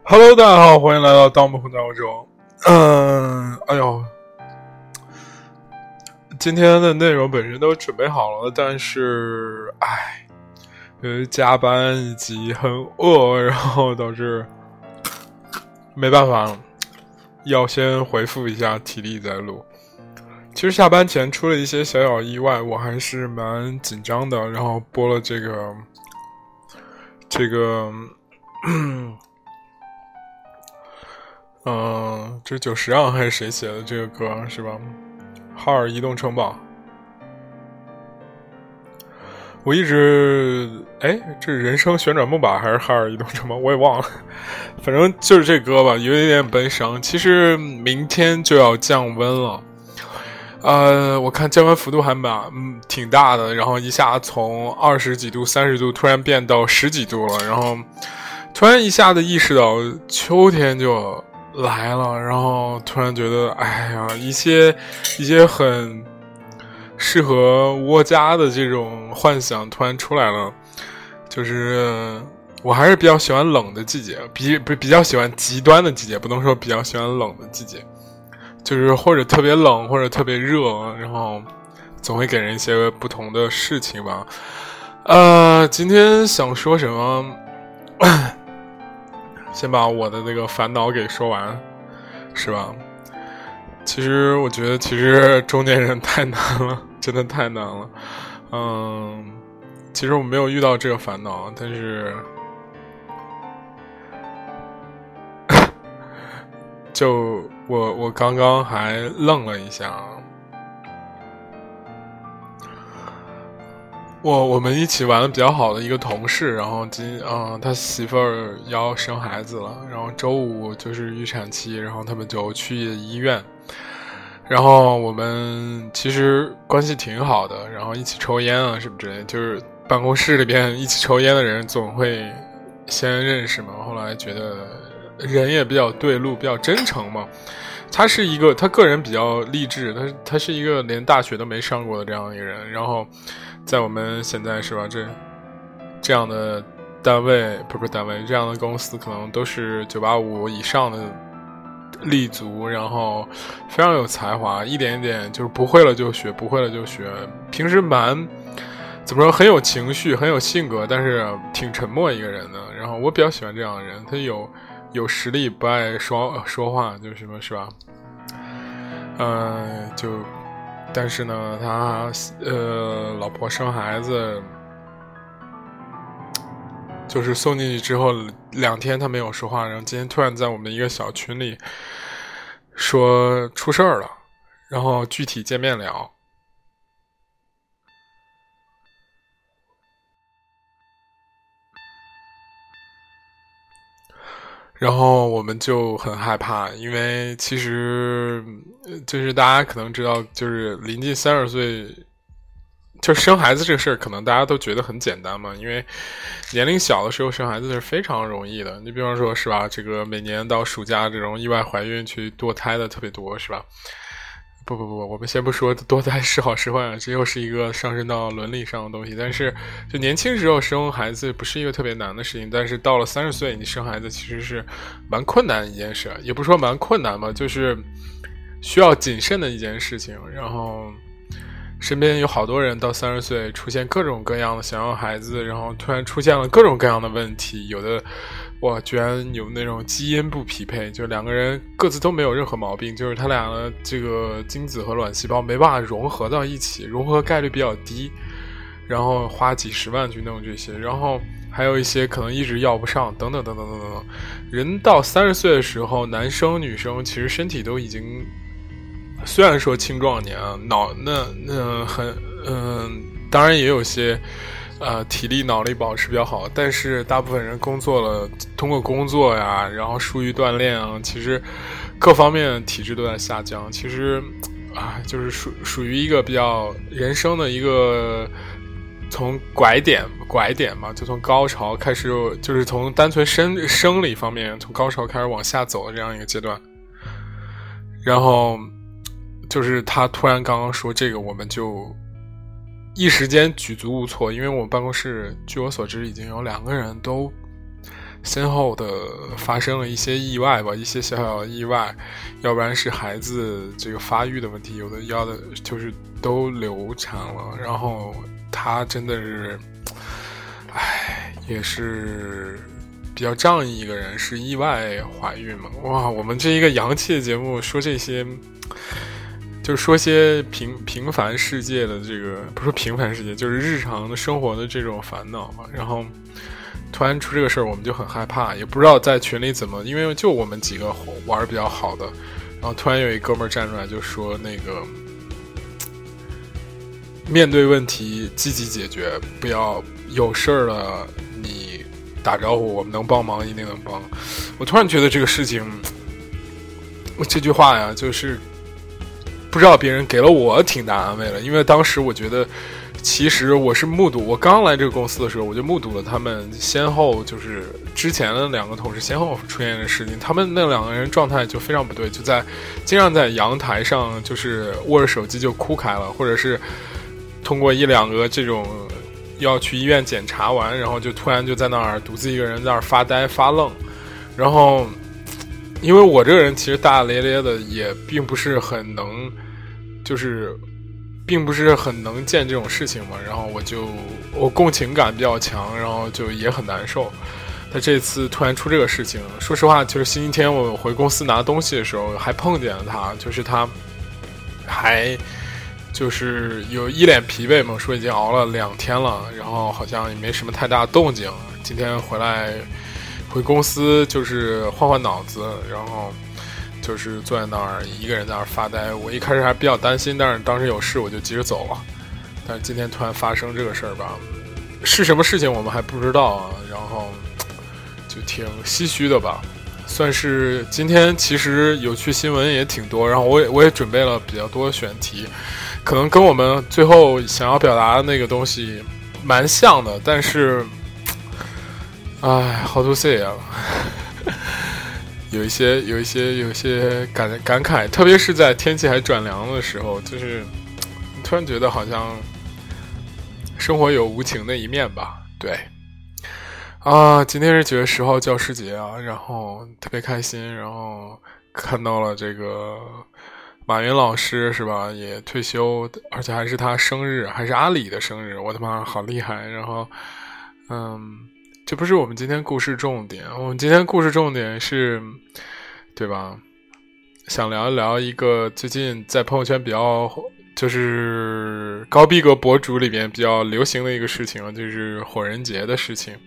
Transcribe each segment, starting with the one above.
Hello，大家好，欢迎来到盗墓混杂中。哎呦，今天的内容本身都准备好了，但是由于加班以及很饿，然后导致没办法，要先回复一下体力再录。其实下班前出了一些小小意外，我还是蛮紧张的，然后播了这个这是久石让还是谁写的这个歌是吧？哈尔移动城堡。我一直这是人生旋转木马还是哈尔移动城堡我也忘了，反正就是这歌吧，有一点悲伤。其实明天就要降温了，我看降温幅度还挺大的，然后一下从20几度30度突然变到10几度了，然后突然一下子意识到秋天就来了，然后突然觉得一些很适合窝家的这种幻想突然出来了。就是我还是比较喜欢冷的季节，比较喜欢极端的季节，不能说比较喜欢冷的季节，就是或者特别冷或者特别热，然后总会给人一些不同的事情吧。今天想说什么先把我的那个烦恼给说完，是吧？其实我觉得中年人太难了，真的太难了。其实我没有遇到这个烦恼，但是就我刚刚还愣了一下。我们一起玩的比较好的一个同事，然后他媳妇儿要生孩子了，然后周五就是预产期，然后他们就去医院，然后我们其实关系挺好的，然后一起抽烟啊什么之类的，就是办公室里边一起抽烟的人总会先认识嘛，后来觉得人也比较对路，比较真诚嘛。他个人比较励志，他是一个连大学都没上过的这样一个人，然后在我们现在是吧，这样的单位不是单位，这样的公司可能都是985以上的立足，然后非常有才华，一点一点就是不会了就学，不会了就学。平时怎么说，很有情绪，很有性格，但是挺沉默一个人的。然后我比较喜欢这样的人，他有实力，不爱说话，就什么是吧？但是呢，他老婆生孩子，就是送进去之后2天他没有说话，然后今天突然在我们一个小群里说出事儿了，然后具体见面聊。然后我们就很害怕，因为其实就是大家可能知道，就是临近30岁就生孩子这个事儿，可能大家都觉得很简单嘛，因为年龄小的时候生孩子是非常容易的。你比方说是吧，这个每年到暑假这种意外怀孕去堕胎的特别多，是吧？不，我们先不说堕胎是好是坏，这又是一个上升到伦理上的东西。但是就年轻时候生孩子不是一个特别难的事情，但是到了30岁你生孩子其实是蛮困难的一件事，也不是说蛮困难吧，就是需要谨慎的一件事情。然后身边有好多人到30岁出现各种各样的想要孩子，然后突然出现了各种各样的问题，有的居然有那种基因不匹配，就2个人各自都没有任何毛病，就是他俩的这个精子和卵细胞没办法融合到一起，融合概率比较低，然后花几10万去弄这些，然后还有一些可能一直要不上，等等等等等等。人到30岁的时候，男生女生其实身体都已经，虽然说青壮年啊，当然也有些体力脑力保持比较好，但是大部分人工作了，通过工作呀，然后疏于锻炼啊，其实各方面体质都在下降。其实就是属于一个比较人生的一个从拐点嘛，就从高潮开始，就是从单纯生理方面从高潮开始往下走的这样一个阶段。然后就是他突然刚刚说这个，我们就一时间举足无措，因为我们办公室据我所知已经有2个人都先后的发生了一些意外吧，一些小小的意外，要不然是孩子这个发育的问题，有的要的就是都流产了，然后他真的是，也是比较仗义一个人，是意外怀孕嘛。哇，我们这一个洋气的节目说这些，就是说些平凡世界的这个，不是平凡世界，就是日常的生活的这种烦恼嘛。然后突然出这个事儿，我们就很害怕，也不知道在群里怎么，因为就我们几个玩的比较好的，然后突然有一哥们儿站出来就说那个，面对问题积极解决，不要有事儿了你打招呼，我们能帮忙一定能帮。我突然觉得这个事情，这句话呀，就是不知道别人给了我挺大安慰了，因为当时我觉得其实我是目睹，我刚来这个公司的时候，我就目睹了他们先后，就是之前的2个同事先后出现的事情，他们那2个人状态就非常不对，就经常在阳台上就是握着手机就哭开了，或者是通过1-2个这种要去医院检查完，然后就突然就在那儿独自一个人在那儿发呆发愣。然后因为我这个人其实大大咧咧的，也并不是很能见这种事情嘛，然后我共情感比较强，然后就也很难受。他这次突然出这个事情，说实话，就是星期天我回公司拿东西的时候还碰见了他，就是他还就是有一脸疲惫嘛，说已经熬了2天了，然后好像也没什么太大动静。今天回公司就是换脑子，然后就是坐在那儿一个人在那儿发呆。我一开始还比较担心，但是当时有事我就急着走了。但是今天突然发生这个事儿吧，是什么事情我们还不知道啊，然后就挺唏嘘的吧。算是今天其实有趣新闻也挺多，然后我也准备了比较多的选题，可能跟我们最后想要表达的那个东西蛮像的，但是how to say 啊有一些感慨，特别是在天气还转凉的时候，就是突然觉得好像生活有无情的一面吧。对今天是9月10号教师节啊，然后特别开心，然后看到了这个马云老师是吧，也退休，而且还是他生日，还是阿里的生日，我的妈，好厉害。然后这不是我们今天故事重点，我们今天故事重点是，对吧，想聊一聊一个最近在朋友圈比较就是高逼格博主里边比较流行的一个事情，就是火人节的事情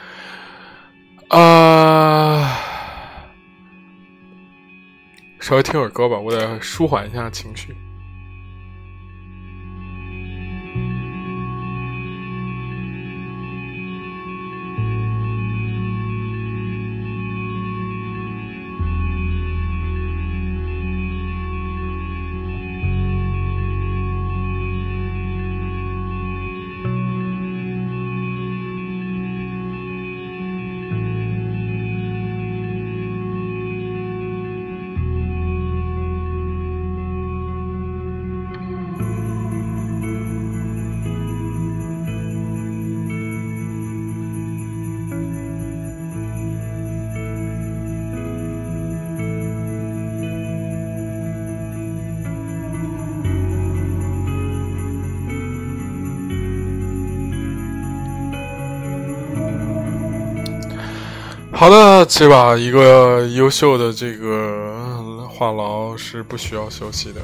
稍微听会儿歌吧，我得舒缓一下情绪。好的，这把一个优秀的这个话痨是不需要休息的。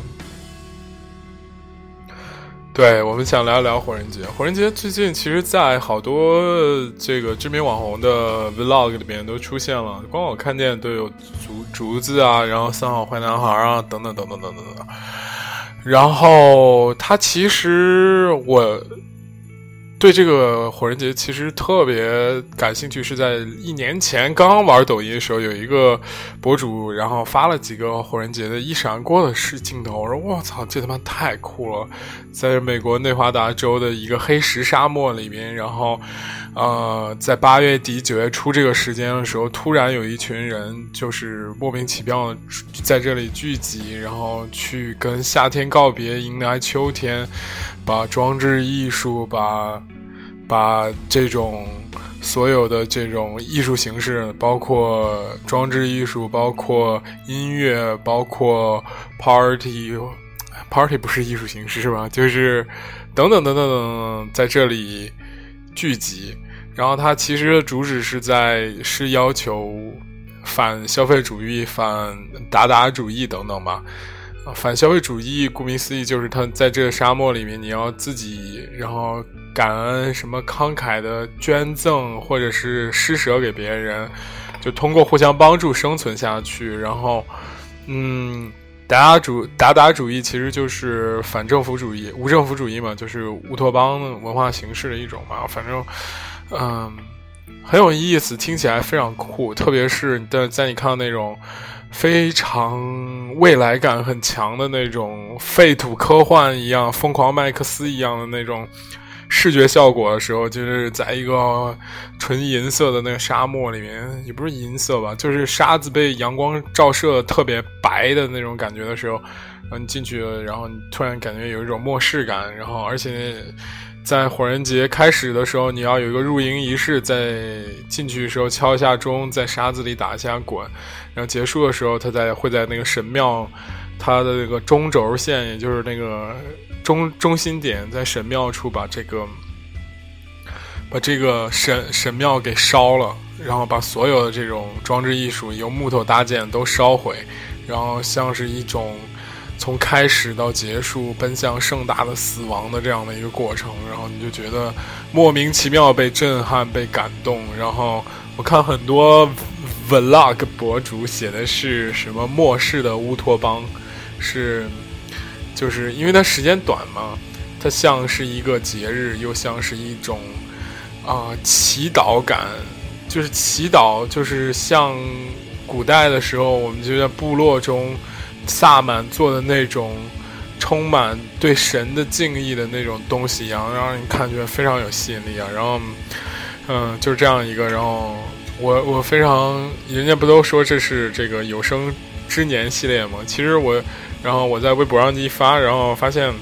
对，我们想聊一聊火人节。火人节最近其实在好多这个知名网红的 vlog 里面都出现了，光我看见都有竹子啊，然后3好坏男孩啊，等等等等等等等。然后他其实我对这个火人节其实特别感兴趣，是在1年前刚刚玩抖音的时候，有一个博主然后发了几个火人节的一闪过的镜头，我说我操，这他妈太酷了。在美国内华达州的一个黑石沙漠里面，然后在8月底9月初这个时间的时候，突然有一群人就是莫名其妙的在这里聚集，然后去跟夏天告别，迎来秋天，把装置艺术把这种所有的这种艺术形式，包括装置艺术，包括音乐，包括 party 不是艺术形式是吧？就是等等等等等，在这里聚集。然后它其实的主旨是要求反消费主义、反达达主义等等吧。反消费主义顾名思义就是它在这个沙漠里面，你要自己然后感恩什么慷慨的捐赠或者是施舍给别人，就通过互相帮助生存下去。然后达达主义其实就是反政府主义、无政府主义嘛，就是乌托邦文化形式的一种嘛。反正很有意思，听起来非常酷，特别是在你看到那种非常未来感很强的那种废土科幻一样、疯狂麦克斯一样的那种视觉效果的时候，就是在一个纯银色的那个沙漠里面，也不是银色吧，就是沙子被阳光照射特别白的那种感觉的时候，然后你进去了，然后你突然感觉有一种末世感。然后而且在火人节开始的时候，你要有一个入营仪式，在进去的时候敲一下钟，在沙子里打一下滚，然后结束的时候他会在那个神庙它的那个中轴线，也就是那个中心点，在神庙处把这个神庙给烧了，然后把所有的这种装置艺术由木头搭建都烧毁，然后像是一种从开始到结束奔向盛大的死亡的这样的一个过程。然后你就觉得莫名其妙被震撼、被感动。然后我看很多 vlog 博主写的是什么末世的乌托邦，就是因为它时间短嘛，它像是一个节日，又像是一种祈祷感。就是祈祷，就是像古代的时候我们就在部落中萨满做的那种充满对神的敬意的那种东西一样，让人感觉非常有吸引力啊。然后就是这样一个。然后我非常，人家不都说这是这个有生之年系列吗？其实然后我在微博上一发，然后发现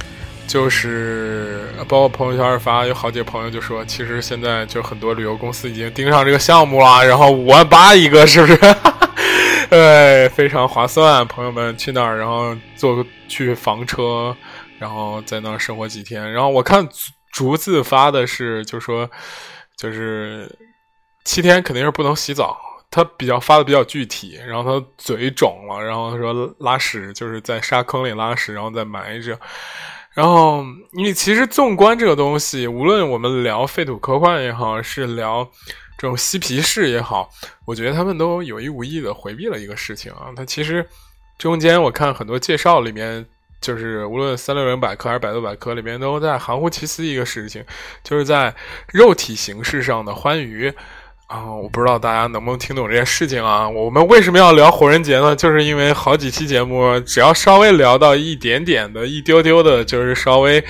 就是包括朋友圈发，有好几个朋友就说，其实现在就很多旅游公司已经盯上这个项目了，然后58000一个，是不是？非常划算，朋友们去那儿，然后去房车，然后在那儿生活几天。然后我看竹子发的是，就说就是7天肯定是不能洗澡，他发的比较具体。然后他嘴肿了，然后说拉屎就是在沙坑里拉屎，然后再埋着。然后你其实纵观这个东西，无论我们聊废土科幻也好，是聊这种嬉皮士也好，我觉得他们都有意无意的回避了一个事情啊。它其实中间我看很多介绍里面，就是无论360百科还是百度百科里面都在含糊其辞一个事情，就是在肉体形式上的欢愉我不知道大家能不能听懂这件事情啊。我们为什么要聊火人节呢？就是因为好几期节目只要稍微聊到一点点的一丢丢的，就是稍微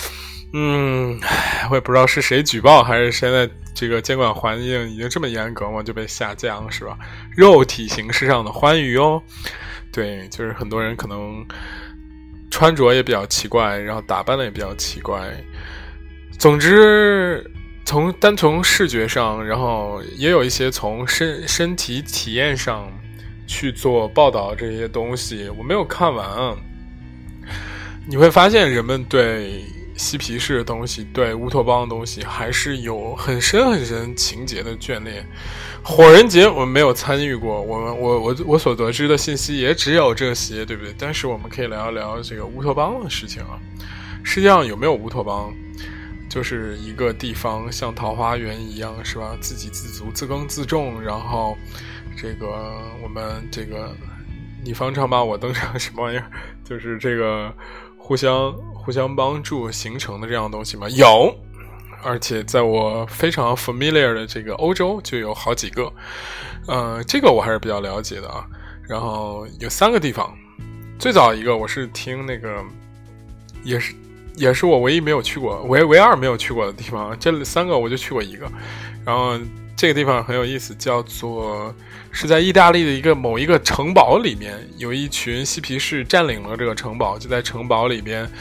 我也不知道是谁举报，还是现在这个监管环境已经这么严格嘛，就被下降，是吧？肉体形式上的欢愉哦。对，就是很多人可能穿着也比较奇怪，然后打扮的也比较奇怪。总之单从视觉上，然后也有一些从身体体验上去做报道，这些东西我没有看完啊。你会发现人们对嬉皮士的东西，对乌托邦的东西还是有很深很深情节的眷恋。火人节我们没有参与过，我所得知的信息也只有这些，对不对？但是我们可以聊一聊这个乌托邦的事情啊。世界上有没有乌托邦？就是一个地方像桃花源一样，是吧？自给自足、自耕自种，然后这个我们这个你方唱罢我登场什么玩意儿，就是这个互相帮助形成的这样的东西吗？有，而且在我非常 familiar 的这个欧洲就有好几个，这个我还是比较了解的啊。然后有3个地方，最早一个我是听那个也是我唯一没有去过，唯2没有去过的地方，这3个我就去过一个。然后这个地方很有意思，叫做是在意大利的某一个城堡里面，有一群嬉皮士占领了这个城堡，就在城堡里边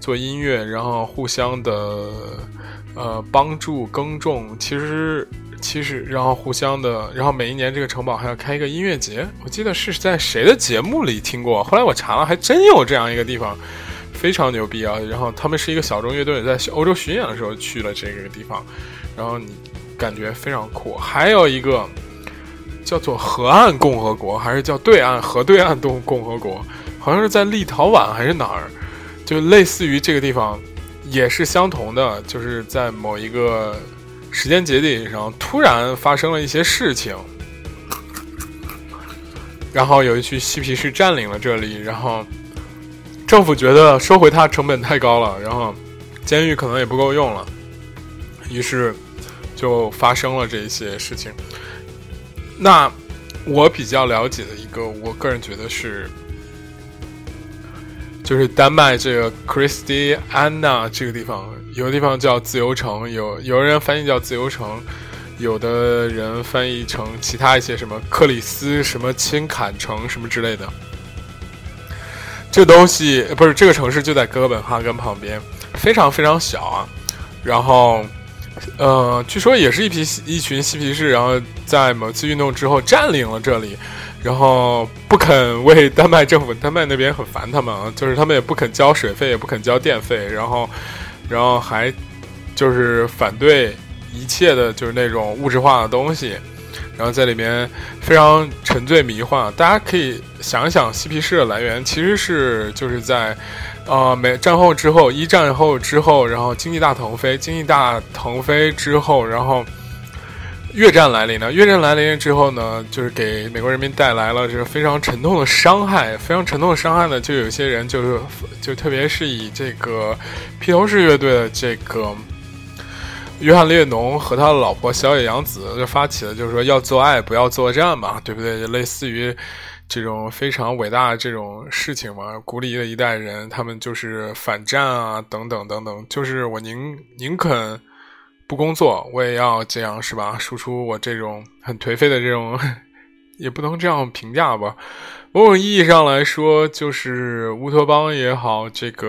做音乐，然后互相的帮助耕种，其实然后互相的，然后每一年这个城堡还要开一个音乐节，我记得是在谁的节目里听过，后来我查了还真有这样一个地方，非常牛逼啊。然后他们是一个小众乐队，在欧洲巡演的时候去了这个地方，然后你感觉非常酷。还有一个叫做河岸共和国，还是叫对岸共和国，好像是在立陶宛还是哪儿，就类似于这个地方也是相同的，就是在某一个时间节点上突然发生了一些事情，然后有一群嬉皮士占领了这里，然后政府觉得收回它成本太高了，然后监狱可能也不够用了，于是就发生了这些事情。那我比较了解的一个，我个人觉得是就是丹麦这个 Christiania 这个地方，有的地方叫自由城，有人翻译叫自由城，有的人翻译成其他一些什么克里斯什么钦坎城什么之类的。这东西不是，这个城市就在哥本哈根旁边，非常非常小啊。然后据说也是一群嬉皮士，然后在某次运动之后占领了这里，然后不肯为丹麦政府，丹麦那边很烦他们啊，就是他们也不肯交水费，也不肯交电费，然后还就是反对一切的就是那种物质化的东西，然后在里面非常沉醉迷幻。大家可以想一想嬉皮士的来源，其实是就是在战后之后，一战后之后，然后经济大腾飞之后，然后越战来临之后呢，就是给美国人民带来了这个非常沉痛的伤害，呢，就有些人就特别是以这个披头士乐队的这个约翰列侬和他的老婆小野洋子就发起了，就是说要做爱不要作战嘛，对不对？就类似于这种非常伟大的这种事情嘛，鼓励了一代人，他们就是反战啊，等等等等，就是我宁肯不工作，我也要这样，是吧？输出我这种很颓废的这种，也不能这样评价吧。某种意义上来说，就是乌托邦也好，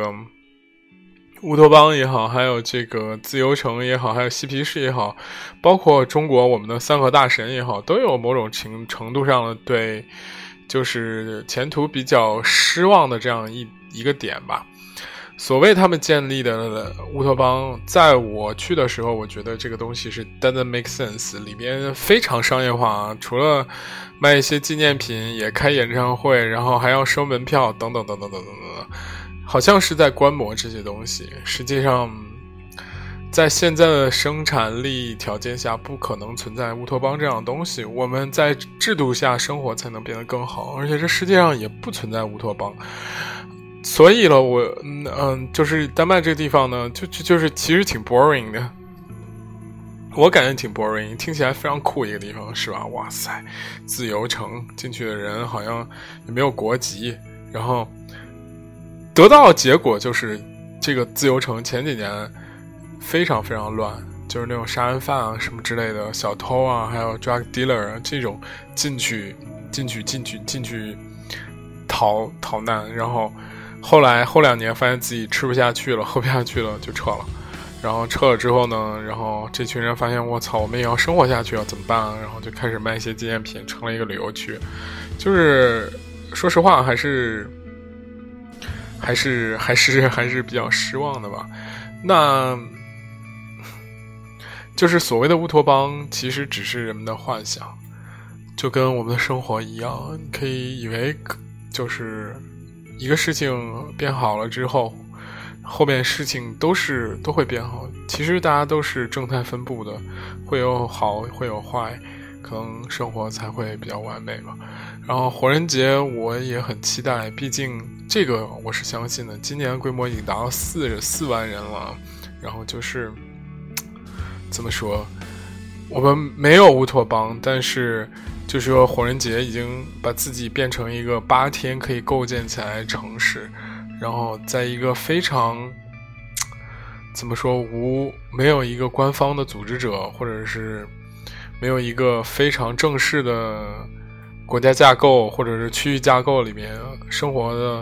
还有这个自由城也好，还有嬉皮士也好，包括中国我们的三和大神也好，都有某种程度上的对就是前途比较失望的这样一个点吧。所谓他们建立的乌托邦，在我去的时候，我觉得这个东西是 doesn't make sense， 里面非常商业化，除了卖一些纪念品，也开演唱会，然后还要收门票，等等等等等等等，好像是在观摩这些东西。实际上，在现在的生产力条件下，不可能存在乌托邦这样的东西。我们在制度下生活才能变得更好，而且这世界上也不存在乌托邦。所以了，就是丹麦这个地方呢，就是其实挺 boring 的，我感觉挺 boring， 听起来非常酷一个地方，是吧？哇塞，自由城进去的人好像也没有国籍，然后得到的结果就是这个自由城前几年非常非常乱，就是那种杀人犯啊什么之类的，小偷啊，还有 drug dealer 啊，这种进去逃难，然后后2年发现自己吃不下去了，喝不下去了，就撤了。然后撤了之后呢，然后这群人发现我操，我们也要生活下去了，怎么办啊？然后就开始卖一些纪念品，成了一个旅游区。就是说实话，还是比较失望的吧。那就是所谓的乌托邦，其实只是人们的幻想，就跟我们的生活一样，你可以以为就是一个事情变好了之后，后面事情都会变好。其实大家都是正态分布的，会有好会有坏，可能生活才会比较完美吧。然后火人节我也很期待，毕竟这个我是相信的，今年规模已经达到4万人了。然后就是怎么说，我们没有乌托邦，但是就是说火人节已经把自己变成一个8天可以构建起来的城市，然后在一个非常怎么说没有一个官方的组织者，或者是没有一个非常正式的国家架构或者是区域架构里面生活的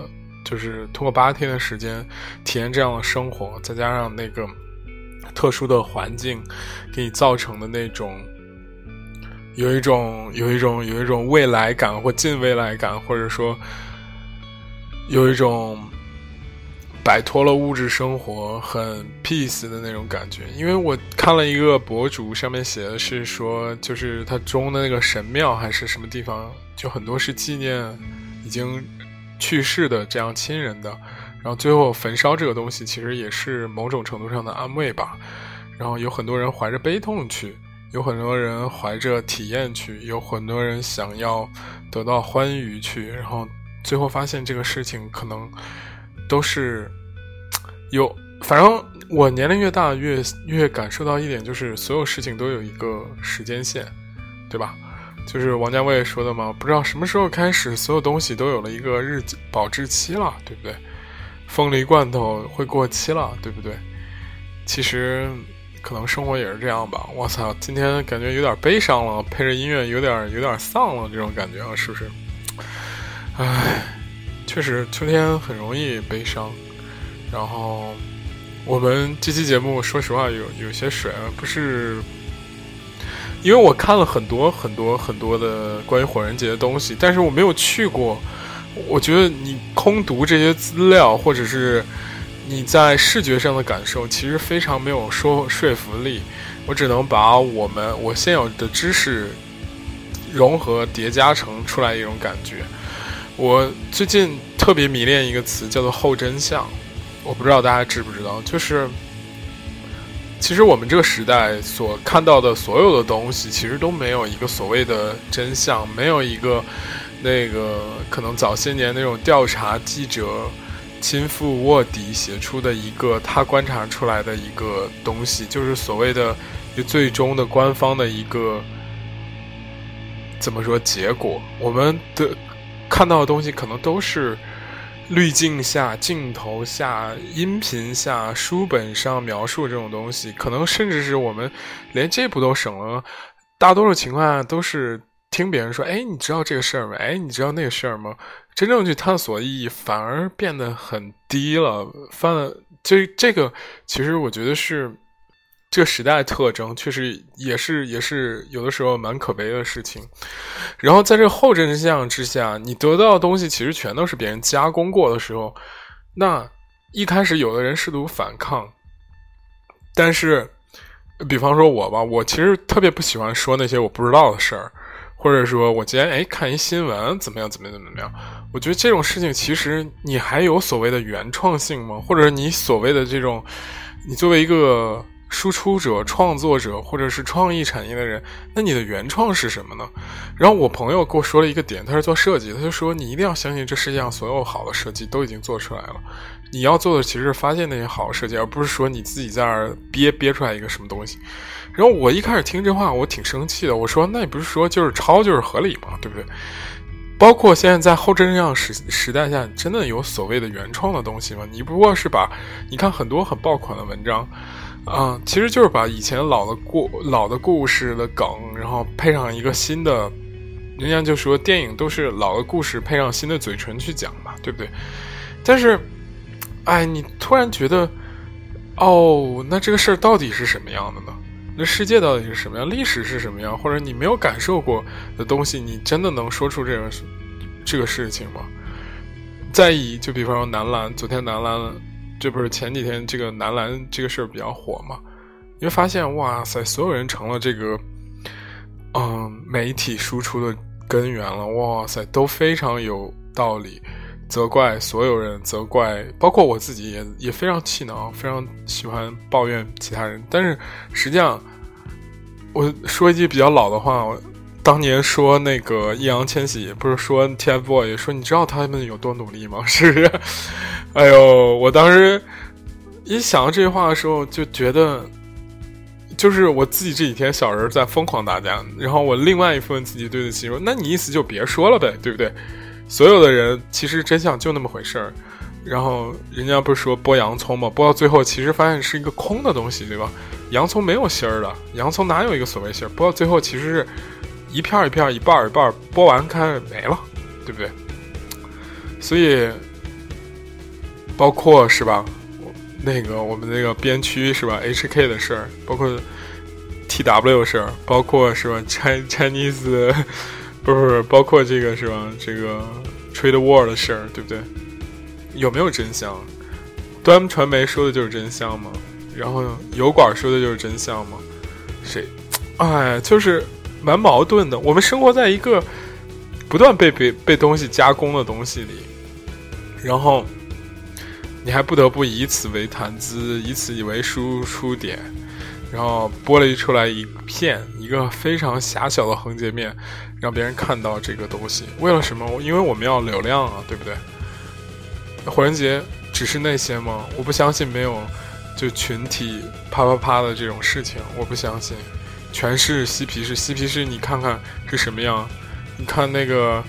就是通过8天的时间体验这样的生活，再加上那个特殊的环境给你造成的那种有一种未来感或近未来感，或者说有一种摆脱了物质生活很 peace 的那种感觉。因为我看了一个博主，上面写的是说，就是他中的那个神庙还是什么地方，就很多是纪念已经去世的这样亲人的，然后最后焚烧这个东西其实也是某种程度上的安慰吧。然后有很多人怀着悲痛去，有很多人怀着体验去，有很多人想要得到欢愉去，然后最后发现这个事情可能都是有，反正我年龄越大越感受到一点，就是所有事情都有一个时间线，对吧？就是王家卫说的嘛，不知道什么时候开始所有东西都有了一个保质期了，对不对？凤梨罐头会过期了，对不对？其实可能生活也是这样吧。我操，今天感觉有点悲伤了，配着音乐有点丧了，这种感觉啊，是不是？唉，确实秋天很容易悲伤。然后我们这期节目说实话有些水，不是因为我看了很多的关于火人节的东西，但是我没有去过。我觉得你空读这些资料，或者是你在视觉上的感受，其实非常没有说服力。我只能把我现有的知识融合叠加成出来一种感觉。我最近特别迷恋一个词，叫做后真相。我不知道大家知不知道，就是其实我们这个时代所看到的所有的东西，其实都没有一个所谓的真相，没有一个那个可能早些年那种调查记者亲赴卧底写出的一个他观察出来的一个东西，就是所谓的一个最终的官方的一个怎么说结果。我们的看到的东西可能都是滤镜下、镜头下、音频下、书本上描述这种东西，可能甚至是我们连这步都省了。大多数情况下都是听别人说，哎，你知道这个事儿吗？哎，你知道那个事儿吗？真正去探索意义反而变得很低了。这个其实我觉得是这个时代的特征，确实也是有的时候蛮可悲的事情。然后在这个后真相之下，你得到的东西其实全都是别人加工过的时候，那一开始有的人试图反抗，但是比方说我吧，我其实特别不喜欢说那些我不知道的事儿，或者说我今天看一新闻怎么样，我觉得这种事情其实你还有所谓的原创性吗？或者你所谓的这种，你作为一个输出者、创作者或者是创意产业的人，那你的原创是什么呢？然后我朋友跟我说了一个点，他是做设计，他就说你一定要相信这世界上所有好的设计都已经做出来了，你要做的其实是发现那些好的设计，而不是说你自己在那儿憋出来一个什么东西。然后我一开始听这话我挺生气的，我说那你不是说就是抄就是合理吗？对不对？包括现在在后真相时代下，真的有所谓的原创的东西吗？你不过是把你看很多很爆款的文章其实就是把以前老的故事的梗，然后配上一个新的，人家就说电影都是老的故事配上新的嘴唇去讲嘛，对不对？但是你突然觉得那这个事儿到底是什么样的呢？那世界到底是什么样，历史是什么样，或者你没有感受过的东西，你真的能说出这个事情吗？再就比方说男篮，昨天男篮这不是前几天这个男篮这个事儿比较火嘛，你会发现哇塞，所有人成了这个媒体输出的根源了，哇塞，都非常有道理，责怪所有人，责怪包括我自己也非常气恼，非常喜欢抱怨其他人。但是实际上我说一句比较老的话，我当年说那个易烊千玺，不是说 TFBOYS 说你知道他们有多努力吗？是不是？哎呦，我当时一想到这句话的时候就觉得，就是我自己这几天小人在疯狂打架，然后我另外一部分自己对得起说，那你意思就别说了呗，对不对？所有的人其实真相就那么回事儿，然后人家不是说剥洋葱吗？剥到最后其实发现是一个空的东西，对吧？洋葱没有芯儿的，洋葱哪有一个所谓芯儿？剥到最后其实是一片一片、一半一半，剥完看没了，对不对？所以包括是吧？那个我们那个边区是吧 ？HK 的事儿，包括 TW 的事儿，包括是吧 ？Chinese 不是包括这个是吧？这个 Trade War 的事儿，对不对？有没有真相？端传媒说的就是真相吗？然后油管说的就是真相吗？谁？哎，就是蛮矛盾的。我们生活在一个不断被东西加工的东西里，然后你还不得不以此为谈资，以此为输出点，然后剥离出来一个非常狭小的横截面，让别人看到这个东西。为了什么？因为我们要流量啊，对不对？火人节只是那些吗？我不相信没有就群体啪啪啪的这种事情，我不相信。全是嬉皮士，你看看是什么样？你看那个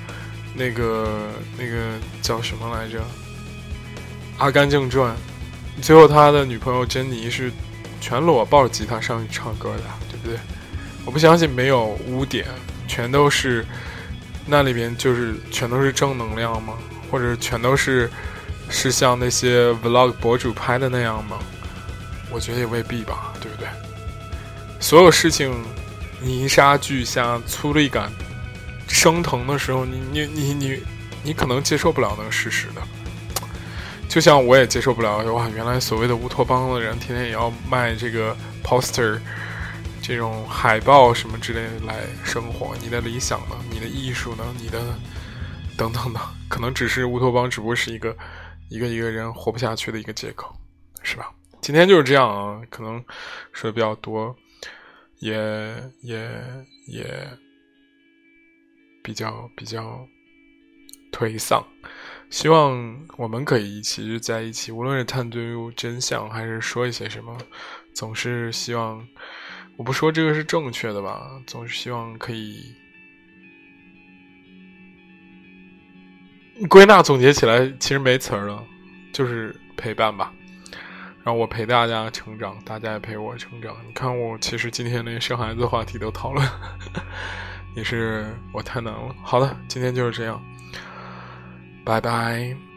叫什么来着？《阿甘正传》，最后他的女朋友珍妮是全裸抱着吉他上去唱歌的，对不对？我不相信没有污点，全都是那里边就是全都是正能量吗？或者全都是像那些 vlog 博主拍的那样吗？我觉得也未必吧，对不对？所有事情泥沙俱下，粗粝感升腾的时候，你可能接受不了那个事实的。就像我也接受不了，哇，原来所谓的乌托邦的人天天也要卖这个 poster 这种海报什么之类的来生活。你的理想呢？你的艺术呢？你的等等的，可能只是乌托邦只不过是一个人活不下去的一个借口，是吧？今天就是这样啊，可能说的比较多，也比较颓丧。希望我们可以一起在一起，无论是探究真相还是说一些什么，总是希望，我不说这个是正确的吧，总是希望可以归纳总结起来，其实没词儿了，就是陪伴吧。让我陪大家成长，大家也陪我成长。你看我其实今天连生孩子的话题都讨论也是我太难了。好的，今天就是这样，拜拜。